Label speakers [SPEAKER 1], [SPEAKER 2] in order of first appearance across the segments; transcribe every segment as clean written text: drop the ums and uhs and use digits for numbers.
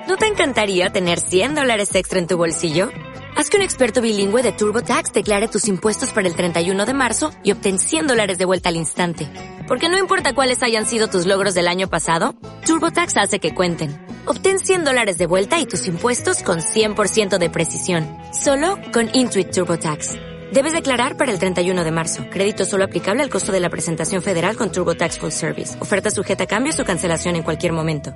[SPEAKER 1] ¿No te encantaría tener $100 extra en tu bolsillo? Haz que un experto bilingüe de TurboTax declare tus impuestos para el 31 de marzo y obtén $100 de vuelta al instante. Porque no importa cuáles hayan sido tus logros del año pasado, TurboTax hace que cuenten. Obtén $100 de vuelta y tus impuestos con 100% de precisión. Solo con Intuit TurboTax. Debes declarar para el 31 de marzo. Crédito solo aplicable al costo de la presentación federal con TurboTax Full Service. Oferta sujeta a cambios o cancelación en cualquier momento.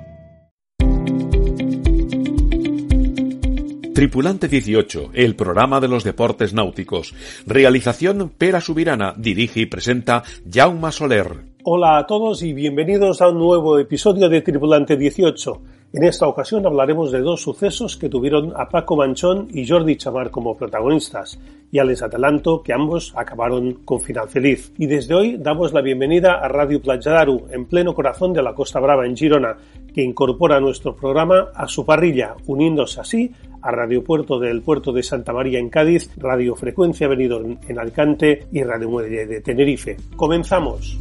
[SPEAKER 2] Tripulante 18, el programa de los deportes náuticos. Realización Pera Subirana, dirige y presenta Jaume Soler.
[SPEAKER 3] Hola a todos y bienvenidos a un nuevo episodio de Tripulante 18. En esta ocasión hablaremos de dos sucesos que tuvieron a Paco Manchón y Jordi Chamar como protagonistas. Ya les adelanto que ambos acabaron con final feliz. Y desde hoy damos la bienvenida a Radio Platja d'Aro, en pleno corazón de la Costa Brava en Girona, que incorpora nuestro programa a su parrilla, uniéndose así a Radio Puerto del Puerto de Santa María en Cádiz, Radio Frecuencia Benidorm en Alicante y Radio Muelle de Tenerife. ¡Comenzamos!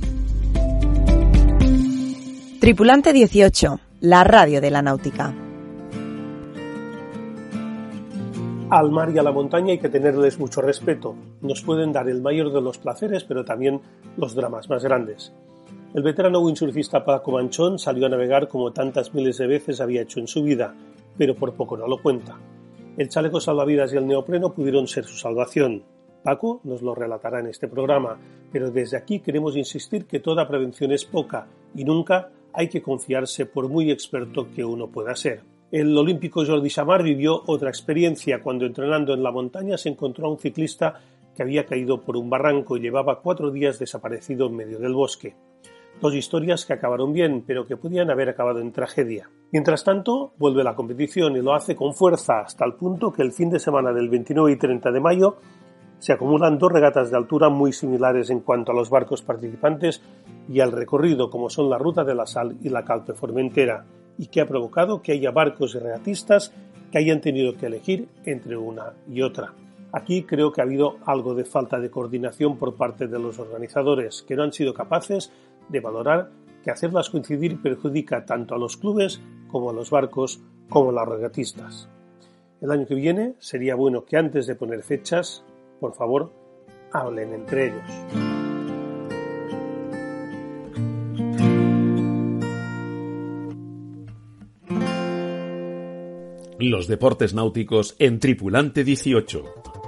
[SPEAKER 4] Tripulante 18, la radio de la náutica.
[SPEAKER 3] Al mar y a la montaña hay que tenerles mucho respeto. Nos pueden dar el mayor de los placeres, pero también los dramas más grandes. El veterano windsurfista Paco Manchón salió a navegar como tantas miles de veces había hecho en su vida, pero por poco no lo cuenta. El chaleco salvavidas y el neopreno pudieron ser su salvación. Paco nos lo relatará en este programa, pero desde aquí queremos insistir que toda prevención es poca y nunca hay que confiarse por muy experto que uno pueda ser. El olímpico Jordi Chamar vivió otra experiencia cuando entrenando en la montaña se encontró a un ciclista que había caído por un barranco y llevaba 4 días desaparecido en medio del bosque. Dos historias que acabaron bien, pero que podían haber acabado en tragedia. Mientras tanto, vuelve la competición y lo hace con fuerza hasta el punto que el fin de semana del 29 y 30 de mayo se acumulan 2 regatas de altura muy similares en cuanto a los barcos participantes y al recorrido, como son la Ruta de la Sal y la Calpe Formentera, y que ha provocado que haya barcos y regatistas que hayan tenido que elegir entre una y otra. Aquí creo que ha habido algo de falta de coordinación por parte de los organizadores, que no han sido capaces de valorar que hacerlas coincidir perjudica tanto a los clubes como a los barcos como a los regatistas. El año que viene sería bueno que antes de poner fechas, por favor, hablen entre ellos.
[SPEAKER 2] Los deportes náuticos en Tripulante 18.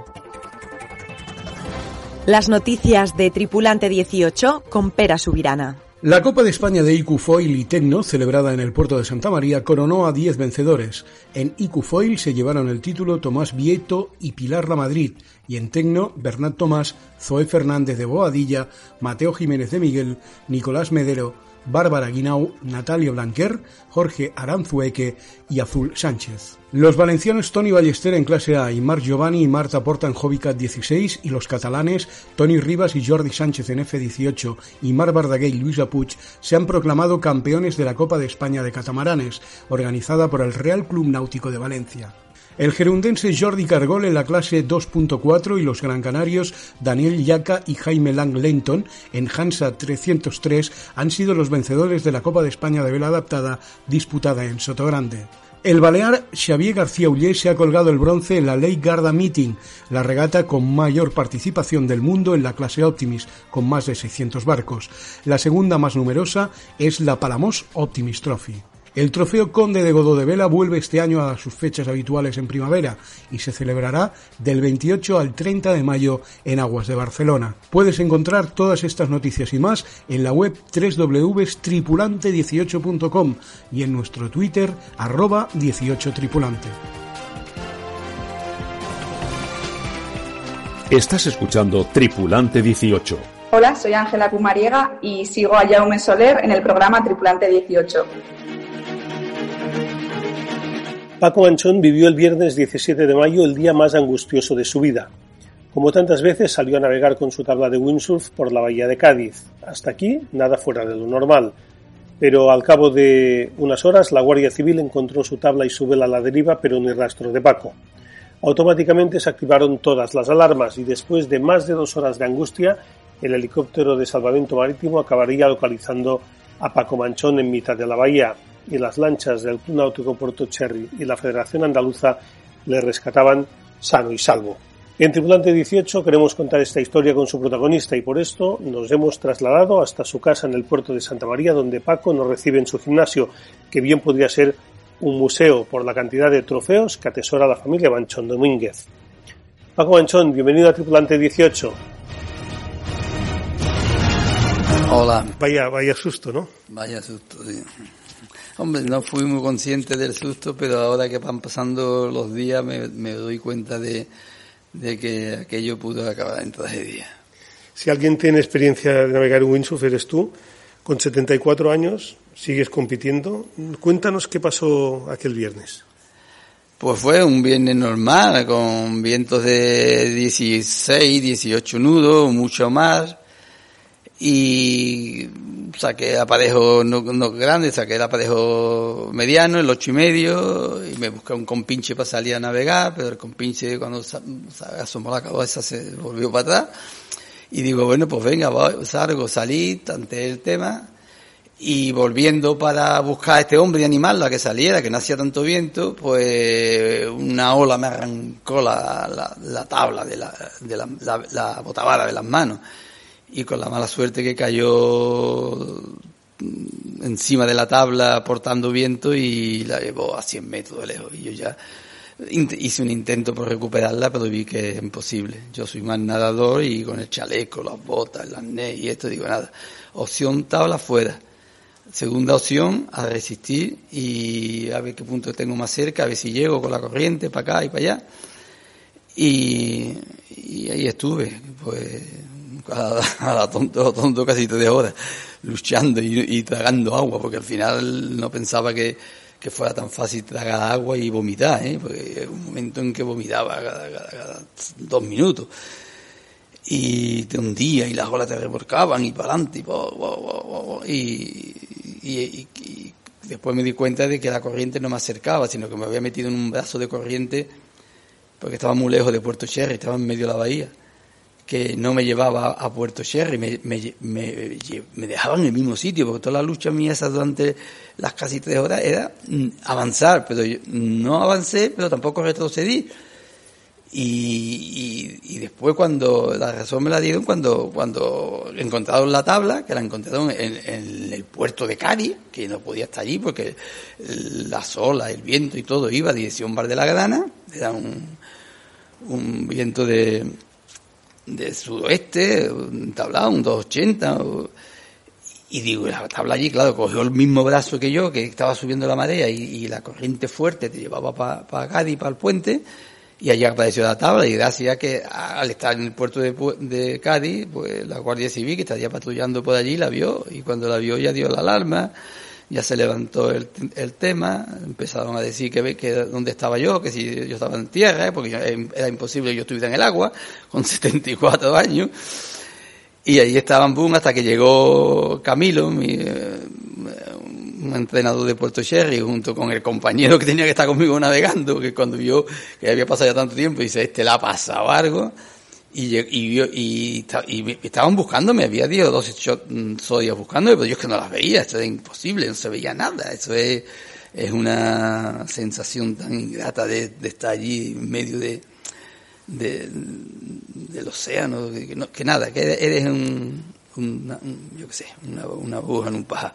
[SPEAKER 4] Las noticias de Tripulante 18 con Pera Subirana.
[SPEAKER 5] La Copa de España de IQ Foil y Tecno, celebrada en el puerto de Santa María, coronó a 10 vencedores. En IQ Foil se llevaron el título Tomás Vieto y Pilar Lamadrid, y en Tecno, Bernat Tomás, Zoé Fernández de Boadilla, Mateo Jiménez de Miguel, Nicolás Medero, Bárbara Guinau, Natalio Blanquer, Jorge Aranzueque y Azul Sánchez. Los valencianos Toni Ballester en clase A y Marc Giovanni y Marta Porta en Hobbycat 16 y los catalanes Toni Rivas y Jordi Sánchez en F18 y Marc Verdaguer y Luisa Puig se han proclamado campeones de la Copa de España de Catamaranes, organizada por el Real Club Náutico de Valencia. El gerundense Jordi Cargol en la clase 2.4 y los gran canarios Daniel Yaca y Jaime Lang Lenton en Hansa 303 han sido los vencedores de la Copa de España de vela adaptada disputada en Sotogrande. El balear Xavier García Ullé se ha colgado el bronce en la Lake Garda Meeting, la regata con mayor participación del mundo en la clase Optimis, con más de 600 barcos. La segunda más numerosa es la Palamos Optimis Trophy. El Trofeo Conde de Godó de Vela vuelve este año a sus fechas habituales en primavera y se celebrará del 28 al 30 de mayo en aguas de Barcelona. Puedes encontrar todas estas noticias y más en la web www.tripulante18.com y en nuestro Twitter @18tripulante.
[SPEAKER 2] Estás escuchando Tripulante 18.
[SPEAKER 6] Hola, soy Ángela Pumariega y sigo a Jaume Soler en el programa Tripulante 18.
[SPEAKER 3] Paco Manchón vivió el viernes 17 de mayo el día más angustioso de su vida. Como tantas veces salió a navegar con su tabla de windsurf por la bahía de Cádiz. Hasta aquí nada fuera de lo normal. Pero al cabo de unas horas la Guardia Civil encontró su tabla y su vela a la deriva, pero ni rastro de Paco. Automáticamente se activaron todas las alarmas y después de más de 2 horas de angustia, el helicóptero de salvamento marítimo acabaría localizando a Paco Manchón en mitad de la bahía. y las lanchas del Club Náutico Puerto Cherry y la Federación Andaluza le rescataban sano y salvo. En Tripulante 18 queremos contar esta historia con su protagonista y por esto nos hemos trasladado hasta su casa en el puerto de Santa María, donde Paco nos recibe en su gimnasio, que bien podría ser un museo por la cantidad de trofeos que atesora la familia Banchón Domínguez. Paco Banchón, bienvenido a Tripulante 18.
[SPEAKER 7] Hola.
[SPEAKER 3] Vaya susto, ¿no?
[SPEAKER 7] Vaya susto, sí. Hombre, no fui muy consciente del susto, pero ahora que van pasando los días me doy cuenta de que aquello pudo acabar en tragedia.
[SPEAKER 3] Si alguien tiene experiencia de navegar en windsurf eres tú. Con 74 años sigues compitiendo. Cuéntanos qué pasó aquel viernes.
[SPEAKER 7] Pues fue un viernes normal, con vientos de 16, 18 nudos, mucho más. Y saqué aparejo no grande, saqué el aparejo mediano, el 8,5, y me busqué un compinche para salir a navegar, pero el compinche cuando asomó la cabeza se volvió para atrás. Y digo, bueno, pues venga, salí, tanteé el tema, y volviendo para buscar a este hombre y animarlo a que saliera, que no hacía tanto viento, pues una ola me arrancó la tabla de la botavara de las manos. Y con la mala suerte que cayó encima de la tabla portando viento y la llevó a 100 metros de lejos. Y yo ya hice un intento por recuperarla, pero vi que es imposible. Yo soy más nadador y con el chaleco, las botas, el arnés y esto, digo nada. Opción tabla fuera. Segunda opción, a resistir y a ver qué punto tengo más cerca, a ver si llego con la corriente para acá y para allá. Y ahí estuve, pues a la tonto casi 3 horas, luchando y tragando agua, porque al final no pensaba que fuera tan fácil tragar agua y vomitar, porque hay un momento en que vomitaba cada 2 minutos. Y te hundía y las olas te remolcaban y para adelante y después me di cuenta de que la corriente no me acercaba, sino que me había metido en un brazo de corriente porque estaba muy lejos de Puerto Cherry, estaba en medio de la bahía, que no me llevaba a Puerto Cherry, me dejaba en el mismo sitio, porque toda la lucha mía esa durante las casi 3 horas era avanzar, pero yo no avancé, pero tampoco retrocedí. Y después cuando la razón me la dieron cuando encontraron la tabla, que la encontraron en el puerto de Cádiz, que no podía estar allí porque las olas, el viento y todo iba a dirección Bar de la Grana, era un viento de sudoeste, un tablado, un 280, y digo, la tabla allí, claro, cogió el mismo brazo que yo, que estaba subiendo la marea y la corriente fuerte te llevaba para Cádiz, para el puente. Y allí apareció la tabla y gracias a que al estar en el puerto de Cádiz, pues la Guardia Civil que estaría patrullando por allí la vio y cuando la vio ya dio la alarma, ya se levantó el tema, empezaron a decir que dónde estaba yo, que si yo estaba en tierra, porque era imposible que yo estuviera en el agua con 74 años. Y ahí estaban, boom, hasta que llegó Camilo, un entrenador de Puerto Cherry, junto con el compañero que tenía que estar conmigo navegando, que cuando vio que había pasado ya tanto tiempo, dice, le ha pasado algo, y estaban buscándome, había 10 o 12 zodias buscándome, pero yo es que no las veía, esto era imposible, no se veía nada, eso es una sensación tan ingrata de estar allí en medio del océano, que nada, que eres una aguja en un pajar.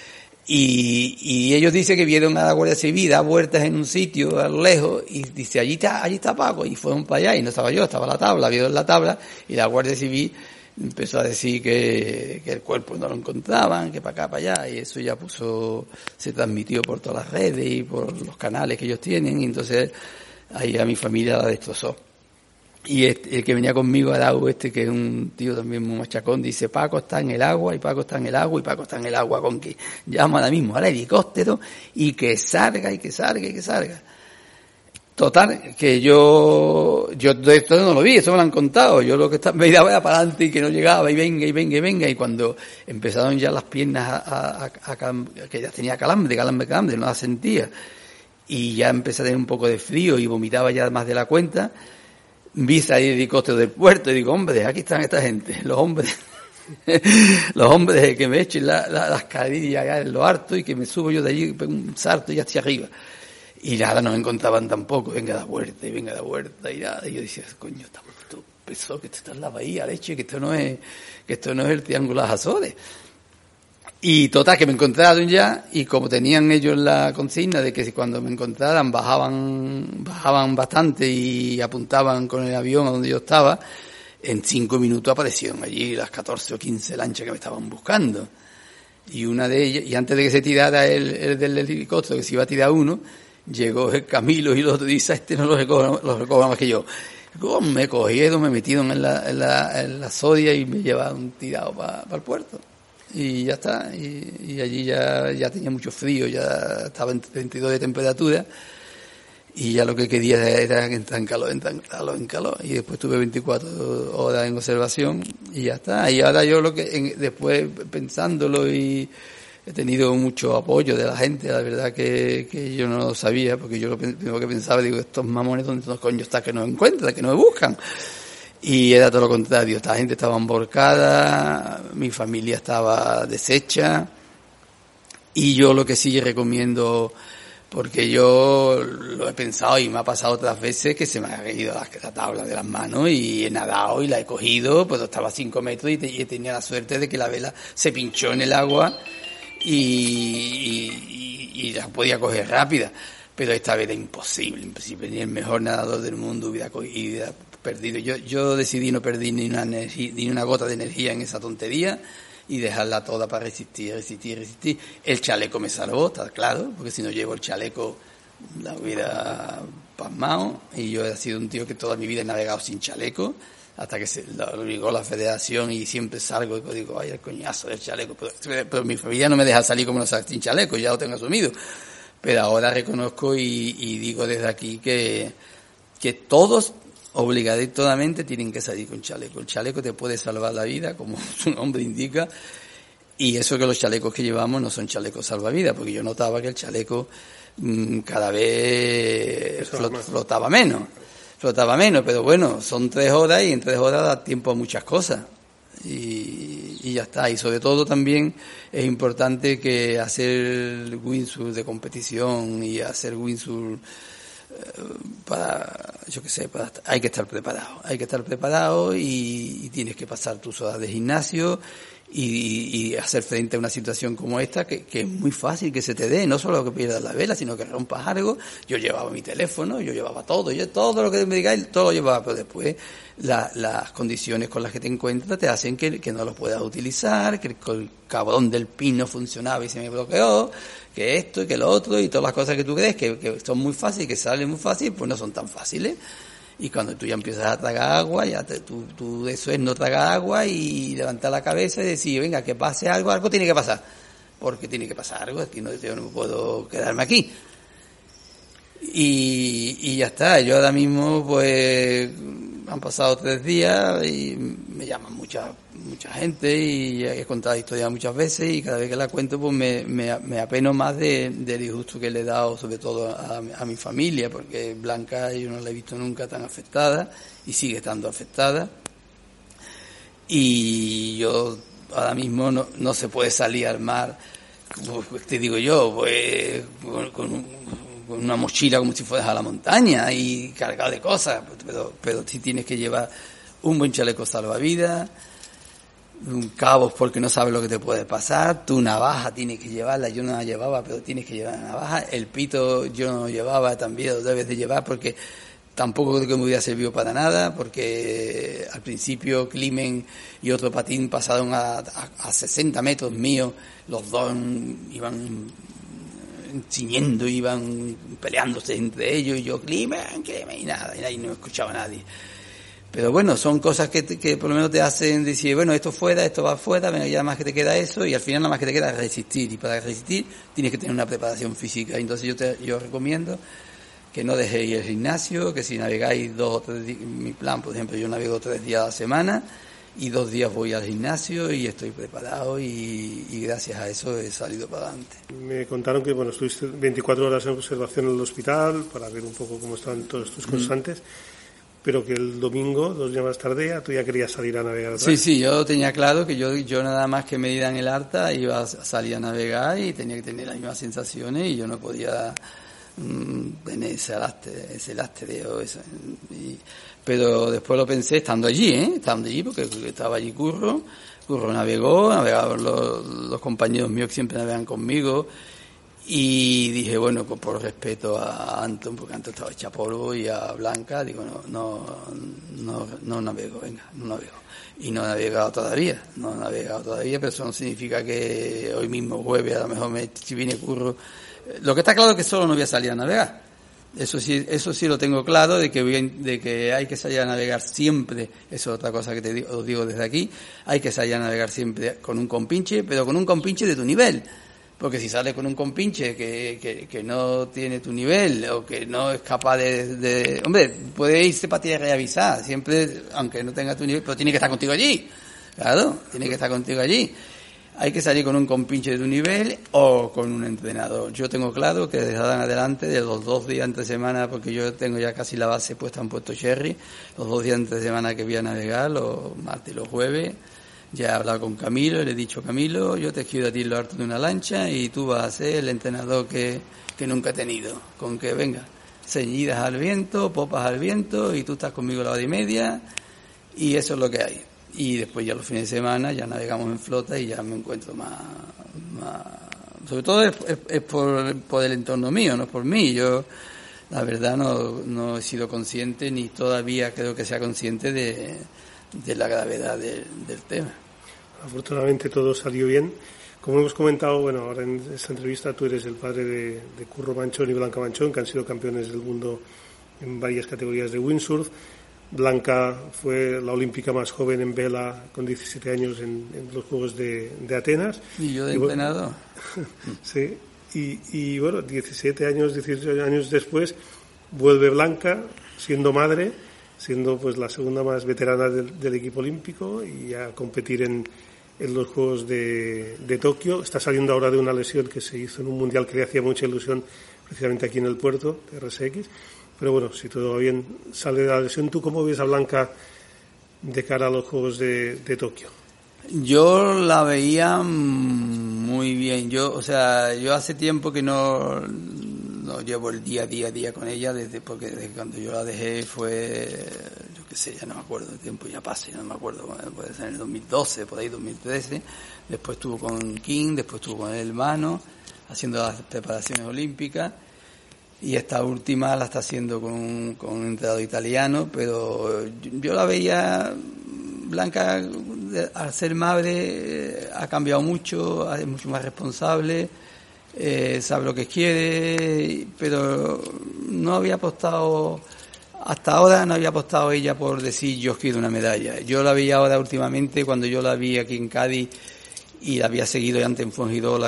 [SPEAKER 7] Y ellos dicen que vieron a la Guardia Civil dar vueltas en un sitio a lo lejos y dice, allí está Paco, y fueron para allá y no estaba yo, estaba la tabla, vieron la tabla y la Guardia Civil empezó a decir que el cuerpo no lo encontraban, que para acá, para allá, y eso ya se transmitió por todas las redes y por los canales que ellos tienen, y entonces ahí a mi familia la destrozó. Y el que venía conmigo, Arau, que es un tío también muy machacón, dice, Paco está en el agua, y Paco está en el agua, y Paco está en el agua, con que llama ahora mismo al helicóptero, y que salga, y que salga, y que salga. Total, que yo de esto no lo vi, eso me lo han contado, yo lo que me iba para adelante y que no llegaba, y venga, y cuando empezaron ya las piernas que ya tenía calambre, no las sentía, y ya empecé a tener un poco de frío, y vomitaba ya más de la cuenta, vi salir el helicóptero del puerto y digo, hombre, aquí están esta gente, los hombres los hombres que me echen las carillas allá en lo harto y que me subo yo de allí, pego un salto y ya hacia arriba. Y nada, no me encontraban tampoco, venga da vuelta y nada. Y yo decía, coño, esto pesó, que esto está en la bahía, leche, que esto no es el Triángulo de las Azores. Y total, que me encontraron ya, y como tenían ellos la consigna de que si cuando me encontraran bajaban bastante y apuntaban con el avión a donde yo estaba, en 5 minutos aparecieron allí las 14 o 15 lanchas que me estaban buscando. Y una de ellas, y antes de que se tirara el del helicóptero, que se iba a tirar uno, llegó el Camilo y el otro dice, este no lo recoge más que yo. Me cogieron, me metieron en la sodia y me llevaron tirado para el puerto. Y ya está, y allí ya tenía mucho frío, ya estaba en 32 de temperatura, y ya lo que quería era entrar en calor, y después tuve 24 horas en observación, y ya está. Y ahora yo después pensándolo, y he tenido mucho apoyo de la gente, la verdad que yo no lo sabía, porque yo lo primero que pensaba, digo, estos mamones, ¿dónde los coños está que no me encuentran, que no me buscan? Y era todo lo contrario, esta gente estaba emborcada, mi familia estaba deshecha, y yo lo que sí recomiendo, porque yo lo he pensado y me ha pasado otras veces que se me ha caído la tabla de las manos y he nadado y la he cogido, pues estaba a 5 metros y tenía la suerte de que la vela se pinchó en el agua y la podía coger rápida, pero esta vez era imposible, ni el mejor nadador del mundo hubiera perdido. Yo decidí no perder ni una gota de energía en esa tontería y dejarla toda para resistir. El chaleco me salvó, está claro, porque si no llevo el chaleco la hubiera pasmado, y yo he sido un tío que toda mi vida he navegado sin chaleco, hasta que se lo obligó la federación, y siempre salgo y digo, ay, el coñazo del chaleco, pero mi familia no me deja salir como no salgo sin chaleco, ya lo tengo asumido. Pero ahora reconozco y digo desde aquí que todos obligatoriamente tienen que salir con chaleco. El chaleco te puede salvar la vida, como su nombre indica, y eso que los chalecos que llevamos no son chalecos salvavidas, porque yo notaba que el chaleco cada vez flotaba menos, pero bueno, son 3 horas y en 3 horas da tiempo a muchas cosas. Y ya está. Y sobre todo también es importante que hacer windsurf de competición y hacer windsurf hay que estar preparado y tienes que pasar tus horas de gimnasio y hacer frente a una situación como esta que es muy fácil que se te dé, no solo que pierdas la vela, sino que rompas algo. Yo llevaba mi teléfono, yo llevaba todo lo que me digáis, todo lo llevaba, pero después las condiciones con las que te encuentras te hacen que no lo puedas utilizar, que el cabrón del pin no funcionaba y se me bloqueó, que esto y que lo otro, y todas las cosas que tú crees que son muy fáciles, que salen muy fáciles, pues no son tan fáciles. Y cuando tú ya empiezas a tragar agua, ya tú eso es no tragar agua y levantar la cabeza y decir, venga, que pase algo tiene que pasar. Porque tiene que pasar algo, aquí yo no puedo quedarme aquí. Y ya está, yo ahora mismo pues han pasado 3 días y me llaman mucha gente y he contado historias muchas veces y cada vez que la cuento pues me apeno más del disgusto que le he dado, sobre todo a mi familia, porque Blanca yo no la he visto nunca tan afectada y sigue estando afectada, y yo ahora mismo no se puede salir al mar, como te digo yo, pues con una mochila como si fueras a la montaña y cargado de cosas, pero sí tienes que llevar un buen chaleco salvavidas, un cabos porque no sabes lo que te puede pasar, tu navaja tienes que llevarla, yo no la llevaba, pero tienes que llevar la navaja, el pito yo no lo llevaba, también lo debes de llevar porque tampoco creo que me hubiera servido para nada, porque al principio Climen y otro patín pasaron a 60 metros míos, los dos iban ciñendo, iban peleándose entre ellos, y yo, Climen, y nada, y ahí no escuchaba a nadie. Pero bueno, son cosas que por lo menos te hacen decir, bueno, esto va fuera, venga, ya nada más que te queda eso, y al final nada más que te queda resistir, y para resistir tienes que tener una preparación física. Entonces yo recomiendo que no dejéis el gimnasio, que si navegáis 2 o 3 días, mi plan, por ejemplo, yo navego 3 días a la semana, y 2 días voy al gimnasio y estoy preparado y gracias a eso he salido para adelante.
[SPEAKER 3] Me contaron que estuviste 24 horas en observación en el hospital para ver un poco cómo estaban todos tus constantes. pero que el domingo, 2 días más tarde, tú ya querías salir a navegar otra vez.
[SPEAKER 7] Sí, yo tenía claro que yo nada más que me dieran el alta iba a salir a navegar y tenía que tener las mismas sensaciones y yo no podía tener ese lastre pero después lo pensé estando allí porque estaba allí Curro navegaban los compañeros míos que siempre navegan conmigo. Y dije, bueno, pues por respeto a Anton, porque Anton estaba hecha polvo, y a Blanca, digo, no navego. Y no he navegado todavía, pero eso no significa que hoy mismo jueves a lo mejor si viene Curro. Lo que está claro es que solo no voy a salir a navegar. Eso sí lo tengo claro, de que hay que salir a navegar siempre. Eso es otra cosa que os digo desde aquí. Hay que salir a navegar siempre con un compinche, pero con un compinche de tu nivel. Porque si sales con un compinche que no tiene tu nivel o que no es capaz de hombre, puede irse para tierra y avisar, siempre, aunque no tenga tu nivel, pero tiene que estar contigo allí. Claro, tiene que estar contigo allí. Hay que salir con un compinche de tu nivel o con un entrenador. Yo tengo claro que desde ahora en adelante, de los 2 días entre semana, porque yo tengo ya casi la base puesta en Puerto Cherry, los 2 días entre semana que voy a navegar, los martes y los jueves, ya he hablado con Camilo y le he dicho, Camilo, yo te quiero a ti lo harto de una lancha y tú vas a ser el entrenador que nunca he tenido. Con que venga, ceñidas al viento, popas al viento y tú estás conmigo la hora y media y eso es lo que hay. Y después ya los fines de semana ya navegamos en flota y ya me encuentro más sobre todo es por el entorno mío, no es por mí. Yo la verdad no he sido consciente ni todavía creo que sea consciente de la gravedad del tema.
[SPEAKER 3] Afortunadamente todo salió bien. Como hemos comentado, bueno, ahora en esta entrevista tú eres el padre de Curro Manchón y Blanca Manchón, que han sido campeones del mundo en varias categorías de windsurf. Blanca fue la olímpica más joven en vela con 17 años en los Juegos de Atenas.
[SPEAKER 7] Y yo de entrenador.
[SPEAKER 3] Sí, y bueno, 18 años después vuelve Blanca siendo madre, siendo pues la segunda más veterana del equipo olímpico y a competir en los Juegos de Tokio. Está saliendo ahora de una lesión que se hizo en un mundial que le hacía mucha ilusión precisamente aquí en el puerto de RSX. Pero bueno, si todo va bien, sale de la lesión. ¿Tú cómo ves a Blanca de cara a los Juegos de Tokio?
[SPEAKER 7] Yo la veía muy bien. Yo hace tiempo que no llevo el día a día con ella, porque desde cuando yo la dejé fue, yo qué sé, ya no me acuerdo, el tiempo ya pasa, ya no me acuerdo, puede ser en el 2012, por ahí 2013. Después estuvo con King, después estuvo con el hermano, haciendo las preparaciones olímpicas. Y esta última la está haciendo con un entrenador italiano, pero yo la veía, Blanca, al ser madre, ha cambiado mucho, es mucho más responsable, sabe lo que quiere, pero no había apostado, hasta ahora no había apostado ella por decir yo quiero una medalla. Yo la veía ahora últimamente, cuando yo la vi aquí en Cádiz, y la había seguido antes en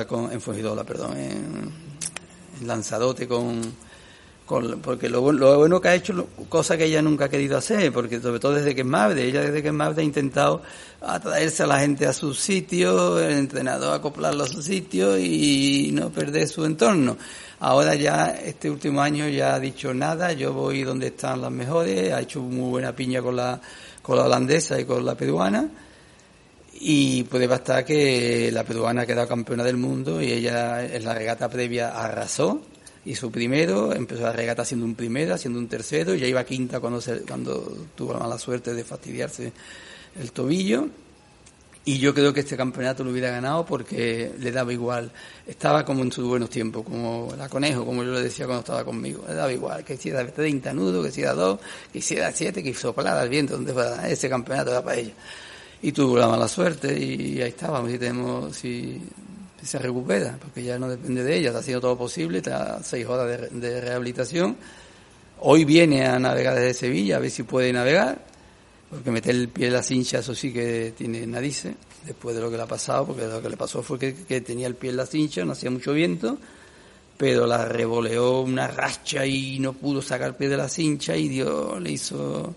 [SPEAKER 7] Lanzarote porque lo bueno que ha hecho, cosa que ella nunca ha querido hacer, porque sobre todo desde que es madre, ella desde que es madre ha intentado atraerse a la gente a su sitio, el entrenador acoplarlo a su sitio y no perder su entorno. Ahora ya, este último año ya ha dicho nada, yo voy donde están las mejores, ha hecho muy buena piña con la holandesa y con la peruana. Y puede bastar que la peruana ha quedado campeona del mundo y ella en la regata previa arrasó, hizo primero, empezó la regata haciendo un primero, haciendo un tercero, y ya iba quinta cuando tuvo la mala suerte de fastidiarse el tobillo. Y yo creo que este campeonato lo hubiera ganado porque le daba igual, estaba como en sus buenos tiempos, como la Conejo, como yo le decía cuando estaba conmigo, le daba igual, que hiciera 30 nudos, que hiciera 2, que hiciera 7, que soplara al viento, donde fuera, ese campeonato era para ella. Y tuvo la mala suerte y ahí estábamos, si se recupera, porque ya no depende de ella, está haciendo todo lo posible, está 6 horas de rehabilitación. Hoy viene a navegar desde Sevilla, a ver si puede navegar, porque meter el pie en la cincha, eso sí que tiene narices, después de lo que le ha pasado, porque lo que le pasó fue que tenía el pie en la cincha, no hacía mucho viento, pero la revoleó una racha y no pudo sacar el pie de la cincha y le hizo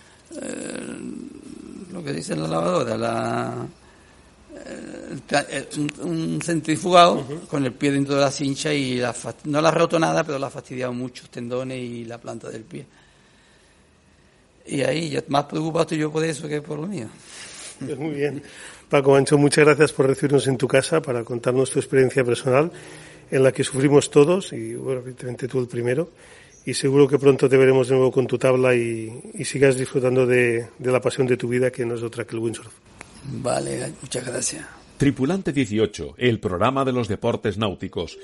[SPEAKER 7] lo que dice la lavadora, un centrifugado con el pie dentro de la cincha y no la ha roto nada, pero la ha fastidiado muchos tendones y la planta del pie. Y ahí ya más preocupado estoy yo por eso que por lo mío.
[SPEAKER 3] Muy bien. Paco Manchón, muchas gracias por recibirnos en tu casa para contarnos tu experiencia personal en la que sufrimos todos y, bueno, evidentemente tú el primero. Y seguro que pronto te veremos de nuevo con tu tabla y sigas disfrutando de la pasión de tu vida, que no es otra que el windsurf.
[SPEAKER 7] Vale, muchas gracias.
[SPEAKER 2] Tripulante 18, el programa de los deportes náuticos.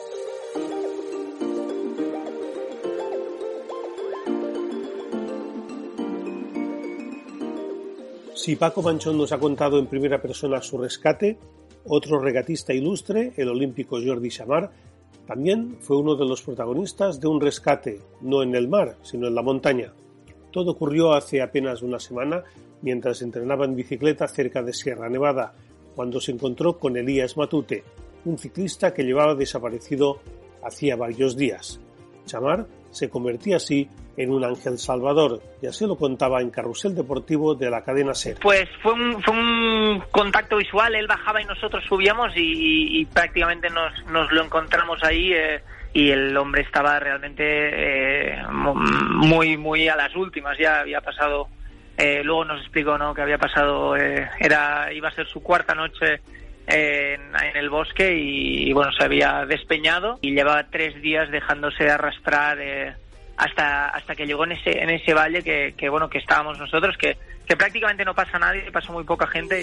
[SPEAKER 3] Si Paco Manchón nos ha contado en primera persona su rescate, otro regatista ilustre, el olímpico Jordi Xammar, también fue uno de los protagonistas de un rescate, no en el mar, sino en la montaña. Todo ocurrió hace apenas una semana, mientras entrenaba en bicicleta cerca de Sierra Nevada, cuando se encontró con Elías Matute, un ciclista que llevaba desaparecido hacía varios días. Xammar se convertía así en un ángel salvador, y así lo contaba en Carrusel Deportivo de la cadena SER.
[SPEAKER 8] Pues fue un contacto visual, él bajaba y nosotros subíamos y prácticamente nos lo encontramos ahí y el hombre estaba realmente muy a las últimas, ya había pasado, luego nos explicó, ¿no?, que había pasado, iba a ser su cuarta noche en el bosque y bueno, se había despeñado y llevaba 3 días dejándose arrastrar hasta que llegó en ese valle que bueno, que estábamos nosotros, que prácticamente no pasa nadie, pasa muy poca gente.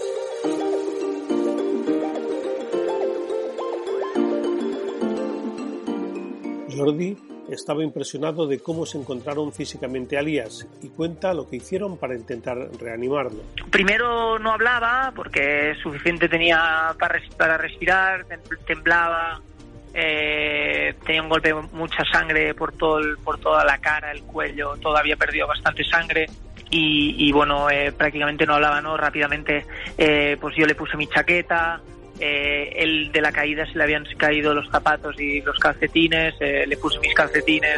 [SPEAKER 3] Jordi estaba impresionado de cómo se encontraron físicamente a Elías y cuenta lo que hicieron para intentar reanimarlo.
[SPEAKER 8] Primero no hablaba porque suficiente tenía para respirar, temblaba, tenía un golpe, mucha sangre por toda la cara, el cuello, todo había perdido bastante sangre y bueno, prácticamente no hablaba, ¿no? Rápidamente pues yo le puse mi chaqueta. Él de la caída se le habían caído los zapatos y los calcetines, le puse mis calcetines.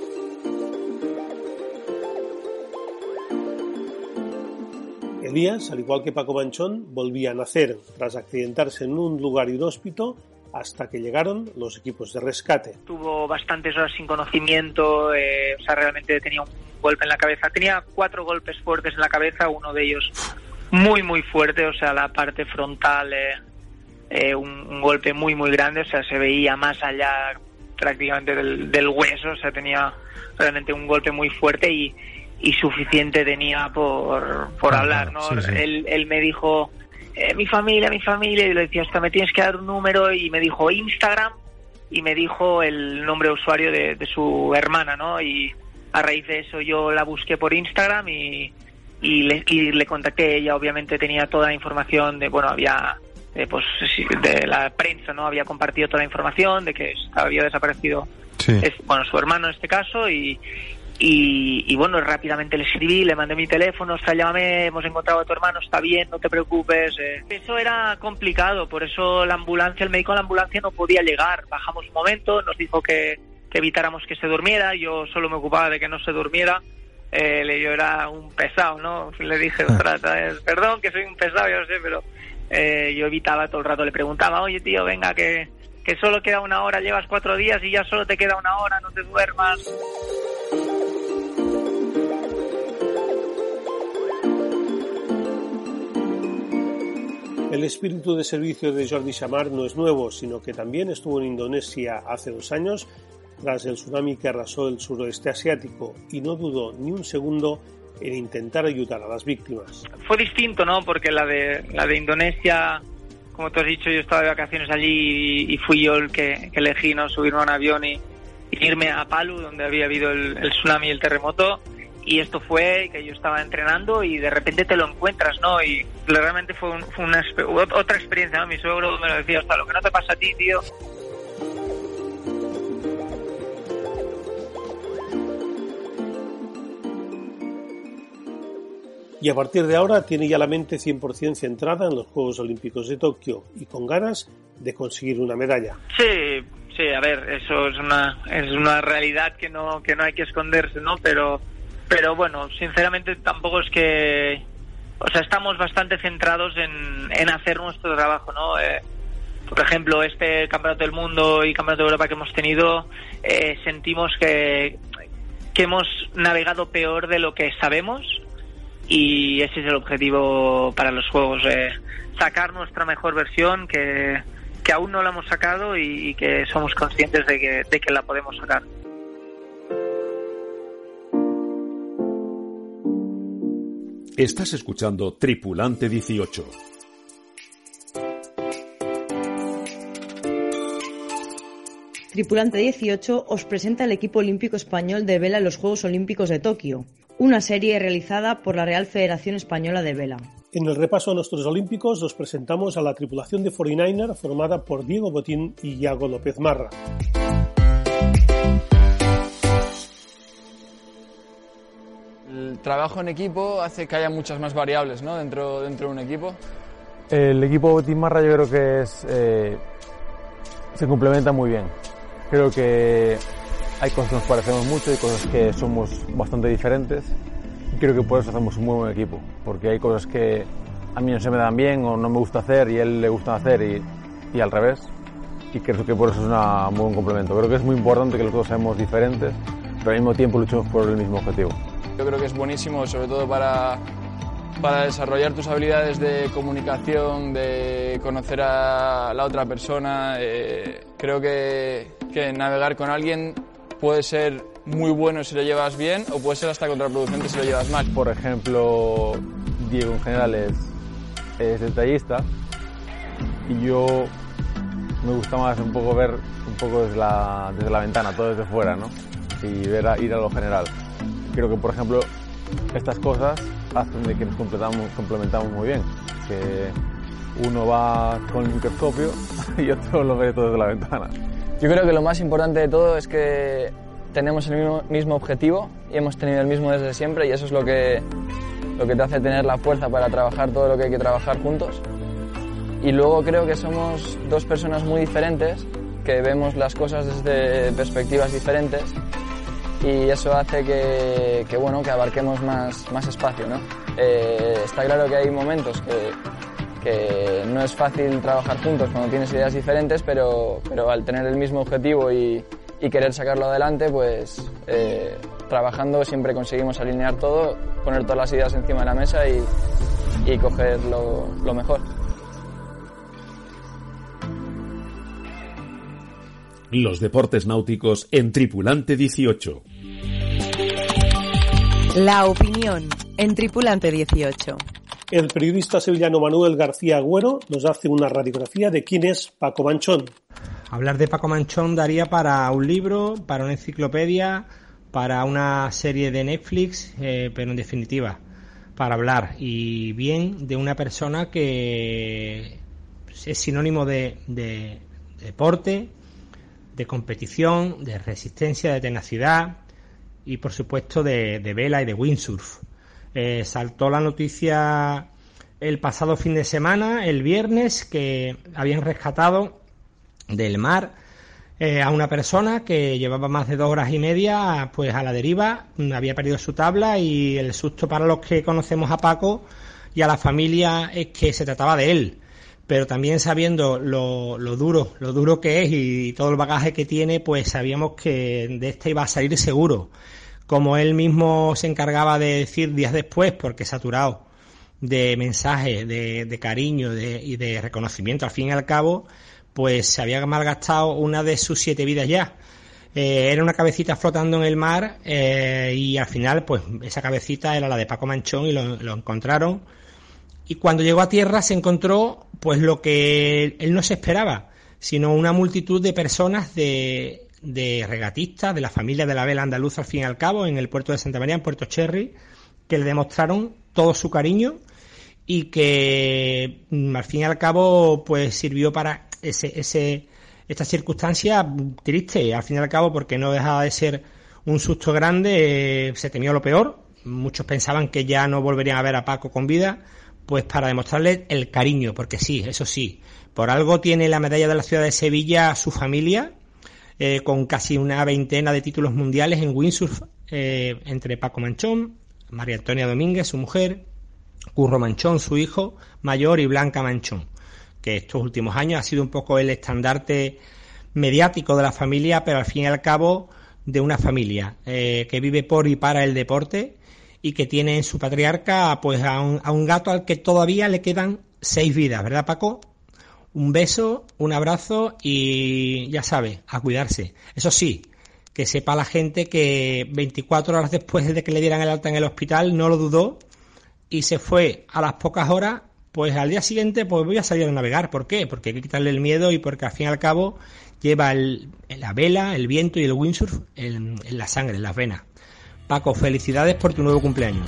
[SPEAKER 3] Elías, al igual que Paco Manchón, volvía a nacer tras accidentarse en un lugar inhóspito hasta que llegaron los equipos de rescate.
[SPEAKER 8] Tuvo bastantes horas sin conocimiento, o sea, realmente tenía un golpe en la cabeza. Tenía 4 golpes fuertes en la cabeza, uno de ellos muy fuerte, o sea, la parte frontal... un golpe muy grande, o sea, se veía más allá prácticamente del hueso, o sea, tenía realmente un golpe muy fuerte y suficiente tenía por hablar, ¿no? Sí. Él me dijo, mi familia, y le decía, hasta me tienes que dar un número, y me dijo Instagram, y me dijo el nombre de usuario de su hermana, ¿no? Y a raíz de eso yo la busqué por Instagram y le contacté. Ella obviamente tenía toda la información de, bueno, había... pues de la prensa, ¿no? Había compartido toda la información de que había desaparecido, sí, su hermano en este caso y bueno, rápidamente le escribí, le mandé mi teléfono, ostras, llámame, hemos encontrado a tu hermano, está bien, no te preocupes. Eso era complicado, por eso el médico de la ambulancia no podía llegar. Bajamos un momento, nos dijo que evitáramos que se durmiera, yo solo me ocupaba de que no se durmiera. Yo era un pesado, ¿no? Le dije, ostras, perdón que soy un pesado, yo no sé, pero yo evitaba todo el rato, le preguntaba, oye tío, venga, que solo queda 1 hora, llevas 4 días y ya solo te queda 1 hora, no te duermas.
[SPEAKER 3] El espíritu de servicio de Jordi Xammar no es nuevo, sino que también estuvo en Indonesia hace 2 años tras el tsunami que arrasó el suroeste asiático y no dudó ni un segundo en intentar ayudar a las víctimas.
[SPEAKER 8] Fue distinto, ¿no? Porque la de Indonesia, como tú has dicho, yo estaba de vacaciones allí y fui yo el que elegí, ¿no? Subirme a un avión y irme a Palu, donde había habido el tsunami y el terremoto, y esto fue que yo estaba entrenando y de repente te lo encuentras, ¿no? Y realmente fue otra experiencia, ¿no? Mi suegro me lo decía, hasta lo que no te pasa a ti, tío.
[SPEAKER 3] Y a partir de ahora tiene ya la mente 100% centrada en los Juegos Olímpicos de Tokio y con ganas de conseguir una medalla.
[SPEAKER 8] Sí, a ver, eso es una realidad que no hay que esconderse, ¿no? Pero bueno, sinceramente tampoco es que... O sea, estamos bastante centrados en hacer nuestro trabajo, ¿no? Por ejemplo, este Campeonato del Mundo y Campeonato de Europa que hemos tenido, sentimos que hemos navegado peor de lo que sabemos, y ese es el objetivo para los juegos, sacar nuestra mejor versión, que aún no la hemos sacado y que somos conscientes de que la podemos sacar.
[SPEAKER 2] Estás escuchando Tripulante 18.
[SPEAKER 9] Tripulante 18 os presenta el equipo olímpico español de vela en los Juegos Olímpicos de Tokio, una serie realizada por la Real Federación Española de Vela.
[SPEAKER 3] En el repaso a nuestros olímpicos os presentamos a la tripulación de 49er formada por Diego Botín y Iago López Marra.
[SPEAKER 10] El trabajo en equipo hace que haya muchas más variables, ¿no? dentro de un equipo.
[SPEAKER 11] El equipo Botín Marra yo creo que se complementa muy bien. Creo que hay cosas que nos parecemos mucho y cosas que somos bastante diferentes. Y creo que por eso hacemos un muy buen equipo, porque hay cosas que a mí no se me dan bien o no me gusta hacer y a él le gusta hacer y al revés. Y creo que por eso es un muy buen complemento. Creo que es muy importante que los dos seamos diferentes, pero al mismo tiempo luchemos por el mismo objetivo.
[SPEAKER 10] Yo creo que es buenísimo, sobre todo para desarrollar tus habilidades de comunicación, de conocer a la otra persona. Creo que navegar con alguien puede ser muy bueno si lo llevas bien o puede ser hasta contraproducente si lo llevas mal.
[SPEAKER 11] Por ejemplo, Diego en general es detallista y yo me gusta más un poco ver un poco desde la ventana, todo desde fuera, ¿no? Y ir a lo general. Creo que, por ejemplo, estas cosas hacen de que nos complementamos muy bien, que uno va con el microscopio y otro lo ve todo desde la ventana.
[SPEAKER 10] Yo creo que lo más importante de todo es que tenemos el mismo objetivo y hemos tenido el mismo desde siempre, y eso es lo que te hace tener la fuerza para trabajar todo lo que hay que trabajar juntos. Y luego creo que somos dos personas muy diferentes, que vemos las cosas desde perspectivas diferentes, y eso hace que abarquemos más espacio, ¿no? Está claro que hay momentos que no es fácil trabajar juntos cuando tienes ideas diferentes, pero al tener el mismo objetivo y querer sacarlo adelante, pues trabajando siempre conseguimos alinear todo, poner todas las ideas encima de la mesa y coger lo mejor.
[SPEAKER 2] Los deportes náuticos en Tripulante 18.
[SPEAKER 4] La opinión en Tripulante 18.
[SPEAKER 3] El periodista sevillano Manuel García Agüero nos hace una radiografía de quién es Paco Manchón.
[SPEAKER 12] Hablar de Paco Manchón daría para un libro, para una enciclopedia, para una serie de Netflix, pero en definitiva, para hablar y bien de una persona que es sinónimo de deporte, de competición, de resistencia, de tenacidad y por supuesto de vela y de windsurf. Saltó la noticia el pasado fin de semana, el viernes, que habían rescatado del mar a una persona que llevaba más de 2 horas y media pues a la deriva, había perdido su tabla, y el susto para los que conocemos a Paco y a la familia es que se trataba de él, pero también sabiendo lo duro que es y todo el bagaje que tiene, pues sabíamos que de esta iba a salir seguro, como él mismo se encargaba de decir días después, porque saturado de mensajes, de cariño y de reconocimiento, al fin y al cabo, pues se había malgastado una de sus 7 vidas ya. Era una cabecita flotando en el mar, y al final pues esa cabecita era la de Paco Manchón y lo encontraron, y cuando llegó a tierra se encontró pues lo que él no se esperaba, sino una multitud de personas de regatistas de la familia de la vela andaluza, al fin y al cabo, en el puerto de Santa María, en Puerto Cherry, que le demostraron todo su cariño y que al fin y al cabo pues sirvió para esta circunstancia triste, al fin y al cabo, porque no dejaba de ser un susto grande. Se temió lo peor, muchos pensaban que ya no volverían a ver a Paco con vida, pues para demostrarle el cariño, porque sí, eso sí, por algo tiene la medalla de la ciudad de Sevilla su familia, con casi una 20 de títulos mundiales en windsurf, entre Paco Manchón, María Antonia Domínguez, su mujer, Curro Manchón, su hijo mayor, y Blanca Manchón, que estos últimos años ha sido un poco el estandarte mediático de la familia, pero al fin y al cabo de una familia que vive por y para el deporte y que tiene en su patriarca pues a un gato al que todavía le quedan 6 vidas, ¿verdad, Paco? Un beso, un abrazo y ya sabe, a cuidarse. Eso sí, que sepa la gente que 24 horas después de que le dieran el alta en el hospital no lo dudó y se fue a las pocas horas, pues al día siguiente pues voy a salir a navegar. ¿Por qué? Porque hay que quitarle el miedo y porque al fin y al cabo lleva la vela, el viento y el windsurf en la sangre, en las venas. Paco, felicidades por tu nuevo cumpleaños.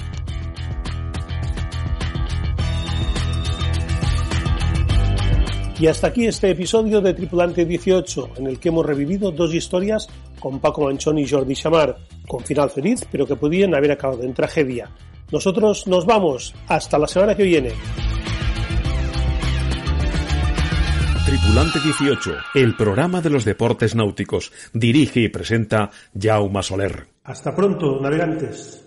[SPEAKER 3] Y hasta aquí este episodio de Tripulante 18, en el que hemos revivido 2 historias con Paco Manchón y Jordi Xamar, con final feliz, pero que podían haber acabado en tragedia. Nosotros nos vamos. Hasta la semana que viene.
[SPEAKER 2] Tripulante 18, el programa de los deportes náuticos. Dirige y presenta Jaume Soler.
[SPEAKER 3] Hasta pronto, navegantes.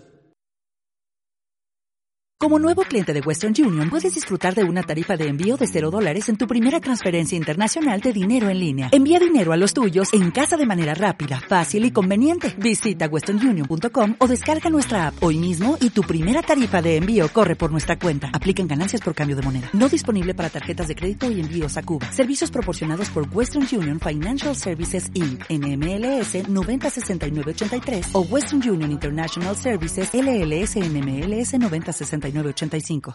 [SPEAKER 13] Como nuevo cliente de Western Union, puedes disfrutar de una tarifa de envío de $0 en tu primera transferencia internacional de dinero en línea. Envía dinero a los tuyos en casa de manera rápida, fácil y conveniente. Visita westernunion.com o descarga nuestra app hoy mismo y tu primera tarifa de envío corre por nuestra cuenta. Aplican ganancias por cambio de moneda. No disponible para tarjetas de crédito y envíos a Cuba. Servicios proporcionados por Western Union Financial Services Inc. NMLS 906983 o Western Union International Services LLS NMLS 906985.